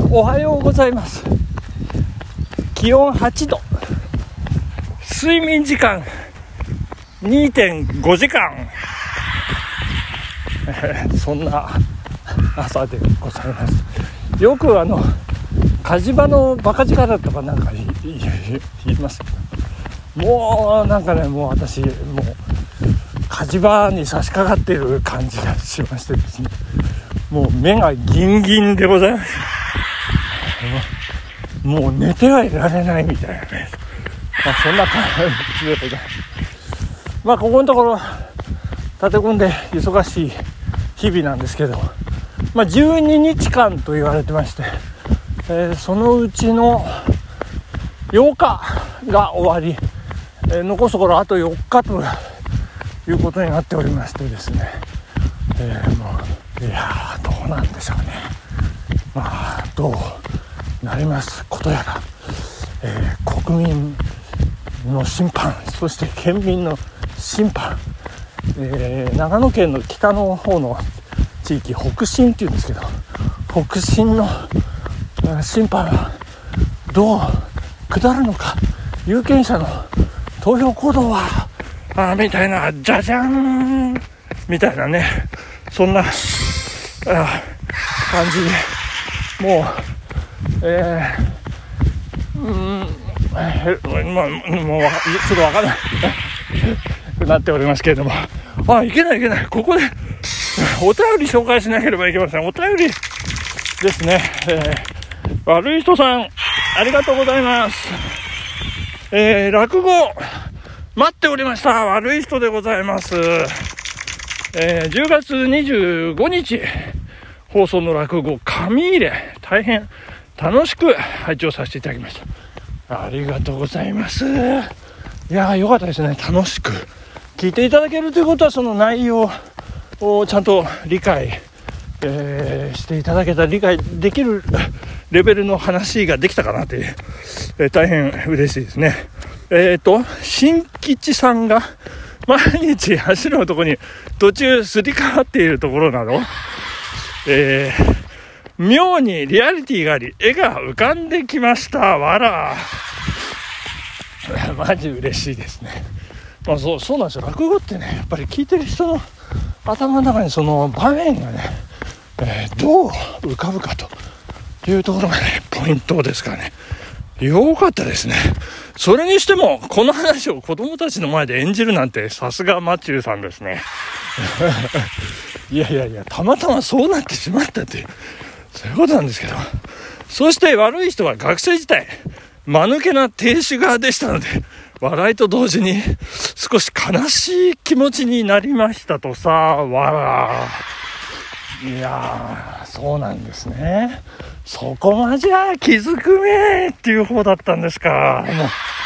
おはようございます。気温8度、睡眠時間 2.5 時間そんな朝でございます。よく火事場のバカ力とかなんか言いますけど、もうなんかね、もう私もう火事場に差し掛かっている感じがしましてですね、もう目がギンギンでございます。もう寝てはいられないみたいなね、そんな感じでございます。ここのところ立て込んで忙しい日々なんですけど、12日間と言われてまして、そのうちの8日が終わり、残すところあと4日ということになっておりましてですね、もういやどうなんでしょうね。どうなりますことやら、国民の審判、そして県民の審判、長野県の北の方の地域、北信っていうんですけど、北信の審判はどう下るのか、有権者の投票行動はみたいな、じゃじゃんみたいなね、そんな感じで、もうもうちょっとわからないなっておりますけれども、いけない、ここでお便り紹介しなければいけません。お便りですね。悪い人さん、ありがとうございます。落語待っておりました。悪い人でございます。10月25日放送の落語紙入れ、大変楽しく拝聴させていただきました。ありがとうございます。いや良かったですね。楽しく聞いていただけるということは、その内容をちゃんと理解、していただけた、理解できるレベルの話ができたかなという、大変嬉しいですね。新吉さんが毎日走るとこに途中すり替わっているところなど、妙にリアリティがあり絵が浮かんできました。わらマジ嬉しいですね。そうなんですよ。落語ってね、やっぱり聞いてる人の頭の中にその場面がね、どう浮かぶかというところがね、ポイントですからね。よかったですね。それにしてもこの話を子供たちの前で演じるなんて、さすがマチューさんですねいやたまたまそうなってしまったという、そういうことなんですけど、そして悪い人は学生時代間抜けな亭主側でしたので、笑いと同時に少し悲しい気持ちになりましたとさ。わら、いやそうなんですね。そこまじゃ気づくめっていう方だったんですか。もう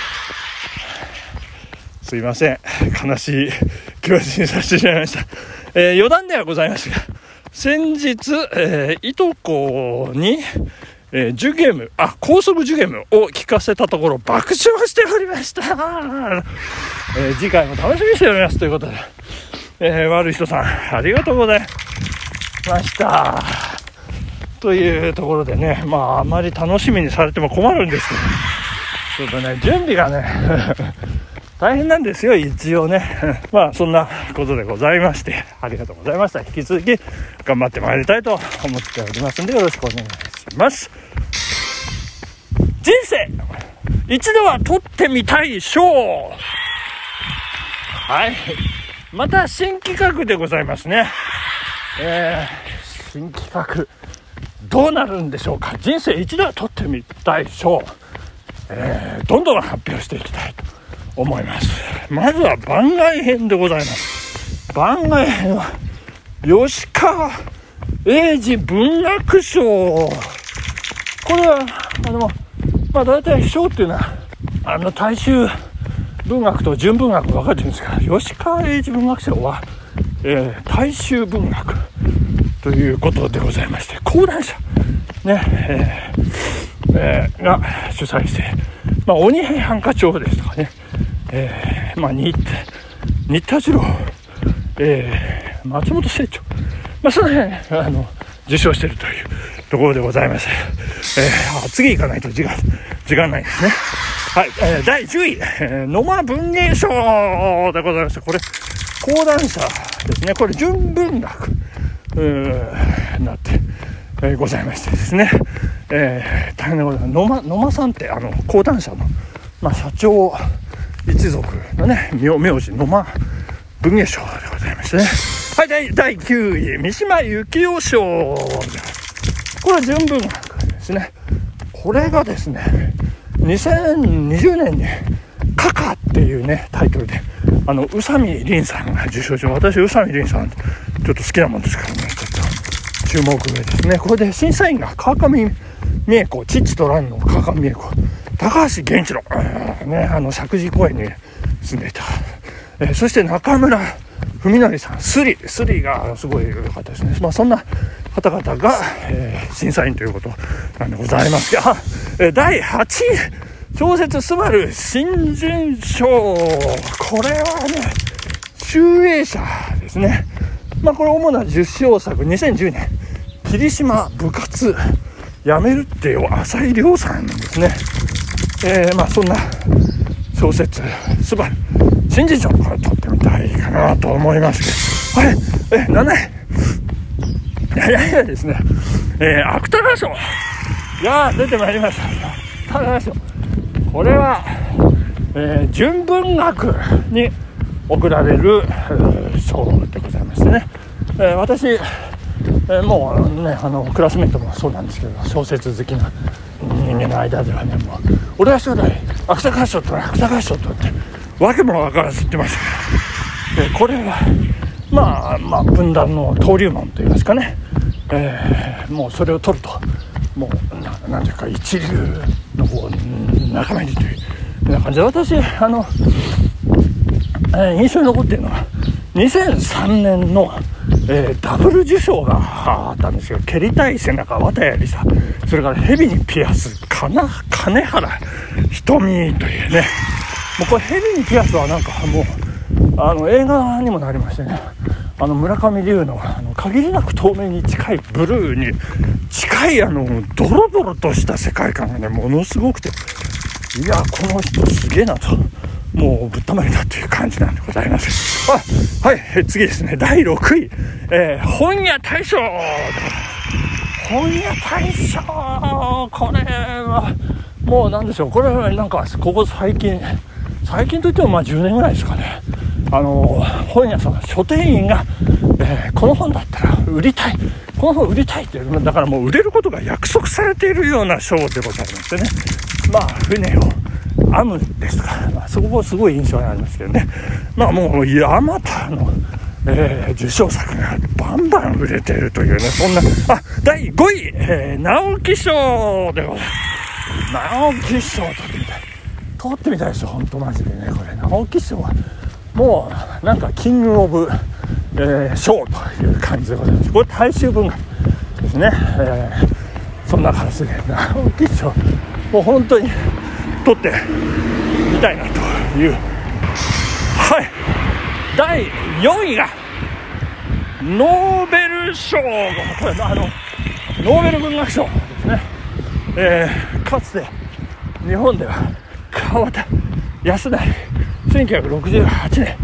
すいません、悲しい気持ちにさせてしまいました。余談ではございますが、先日、いとこに、ジュゲム、高速ジュゲムを聞かせたところ爆笑しておりました。次回も楽しみにしておりますということで、悪い人さんありがとうございましたというところでね、あまり楽しみにされても困るんですけど、ちょっとね準備がね大変なんですよ、一応ねそんなことでございまして、ありがとうございました。引き続き頑張ってまいりたいと思っておりますので、よろしくお願いします。人生一度は取ってみたい賞、また新企画でございますね。新企画どうなるんでしょうか。人生一度は取ってみたい賞、どんどん発表していきたいと思います。まずは番外編でございます。番外編は吉川英治文学賞。これは大体賞っていうのは大衆文学と純文学分かれてるんですが、吉川英治文学賞は、大衆文学ということでございまして、講談社ね、が主催して、鬼平犯科帳ですとかね、新田次郎、松本清張、その辺受賞しているという、 ところでございます。次行かないと時間ないですね。はい、第10位、野間文芸賞でございました。これ講談社ですね。これ純文学なって、ございましてですね、大変でございます。野間さんって講談社の、社長一族のね名字野間文芸賞でございましてね。はい、第9位三島由紀夫賞。これは純文学ですね。これがですね2020年にカカっていうねタイトルで宇佐美凛さんが受賞し、私宇佐美凛さんちょっと好きなもんですからね、ちょっと注目ですね。これで審査員が川上美恵子、チッチとランの川上美恵子、高橋源一郎、石神井公園に住んでいた、そして中村文則さん、スリがすごい良かったですね。そんな方々が、審査員ということなんでございますが、第8位小説スバル新人賞。これはね集英社ですね。これ主な受賞作、2010年霧島部活やめるってよ、浅井亮さんですね。そんな小説スバル新人賞、これ撮ってみたいかなと思いますけど、7位いやですね、芥川賞が出てまいりました。芥川賞、これは、純文学に贈られる賞でございましてね、私、もうねクラスメートもそうなんですけど、小説好きな人間の間ではね、もう俺は将来芥川賞と芥川賞とってわけも分からず言ってました。これは分断の登竜門といいますかね、もうそれを取るともうなんていうか一流の仲間にというような感じで、私印象に残っているのは2003年の、ダブル受賞があったんですよ。蹴りたい背中綿谷りさ、それから蛇にピアス金原ひとみというね、もうこれ蛇にピアスはなんかもう映画にもなりましてね、村上龍の限りなく透明に近いブルーに近いドロドロとした世界観がねものすごくて、いやこの人すげえなと、もうぶったまりだという感じなんでございます。次ですね、第6位、本屋大賞。本屋大賞、これはもうなんでしょう、これはなんかここ最近といっても10年ぐらいですかね、本屋さん書店員が、この本だったら売りたい、この本売りたいって、だからもう売れることが約束されているような賞でございましてね、船を編むですとか、そこもすごい印象にありますけどね、もう山田の、受賞作がバンバン売れているというね、そんな第5位、直木賞でございます。直木賞取ってみたいですよ、本当マジでね。これ直木賞はもうなんかキングオブ、賞という感じでございます。これ大衆文学ですね、そんな感じで直木賞もう本当に取ってみたいなという。第4位がノーベル賞、これノーベル文学賞ですね。かつて日本では川端康成、1968年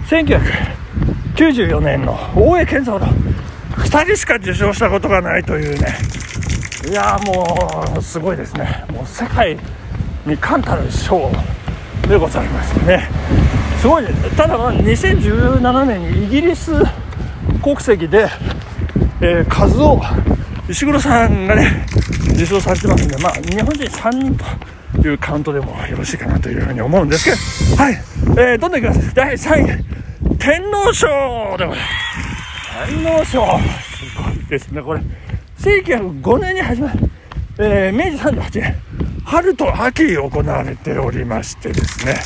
1994年の大江健三郎2人しか受賞したことがないというね、いやもうすごいですね。もう世界に冠たる賞でございましてね、すごいね。ただ2017年にイギリス国籍で、和夫石黒さんがね受賞されてますんで、日本人3人というカウントでもよろしいかなというふうに思うんですけど、どんどんいきます。第3位天皇賞でございます。天皇賞すごいですね。これ1905年に始まる、明治38年春と秋に行われておりましてですね、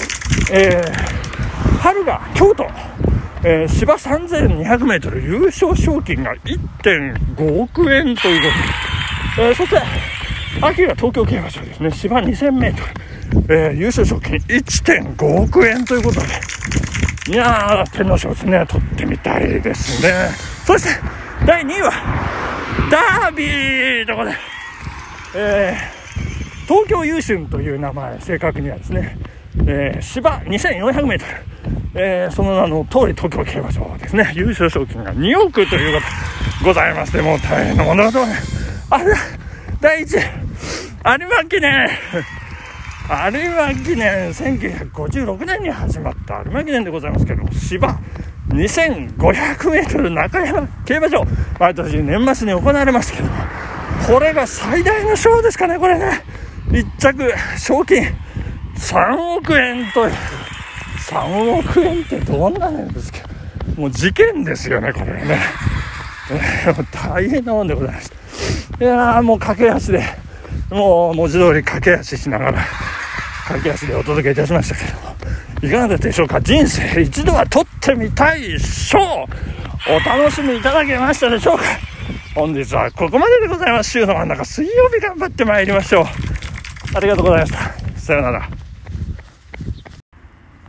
春が京都、芝 3200m 優勝賞金が 1.5 億円ということで、そして秋が東京競馬場ですね、芝 2000m、優勝賞金 1.5 億円ということで、いやー天皇賞ですね、取ってみたいですね。そして第2位はダービーということで、東京優駿という名前、正確にはですね、芝 2400m、その名の通り東京競馬場ですね。優勝賞金が2億ということございまして、もう大変なものだと思います。あれ第一有馬記念1956年に始まった有馬記念でございますけども、芝 2500m 中山競馬場、毎年年末に行われますけども、これが最大の賞ですかね。これね、1着賞金3億円という、3億円ってどんななんですか。もう事件ですよね、これね。大変なもんでございました。いやー、もう駆け足で、もう文字通り駆け足しながら、駆け足でお届けいたしましたけども、いかがだったでしょうか。人生一度は取ってみたい賞、お楽しみいただけましたでしょうか。本日はここまででございます。週の真ん中水曜日頑張ってまいりましょう。ありがとうございました。さようなら。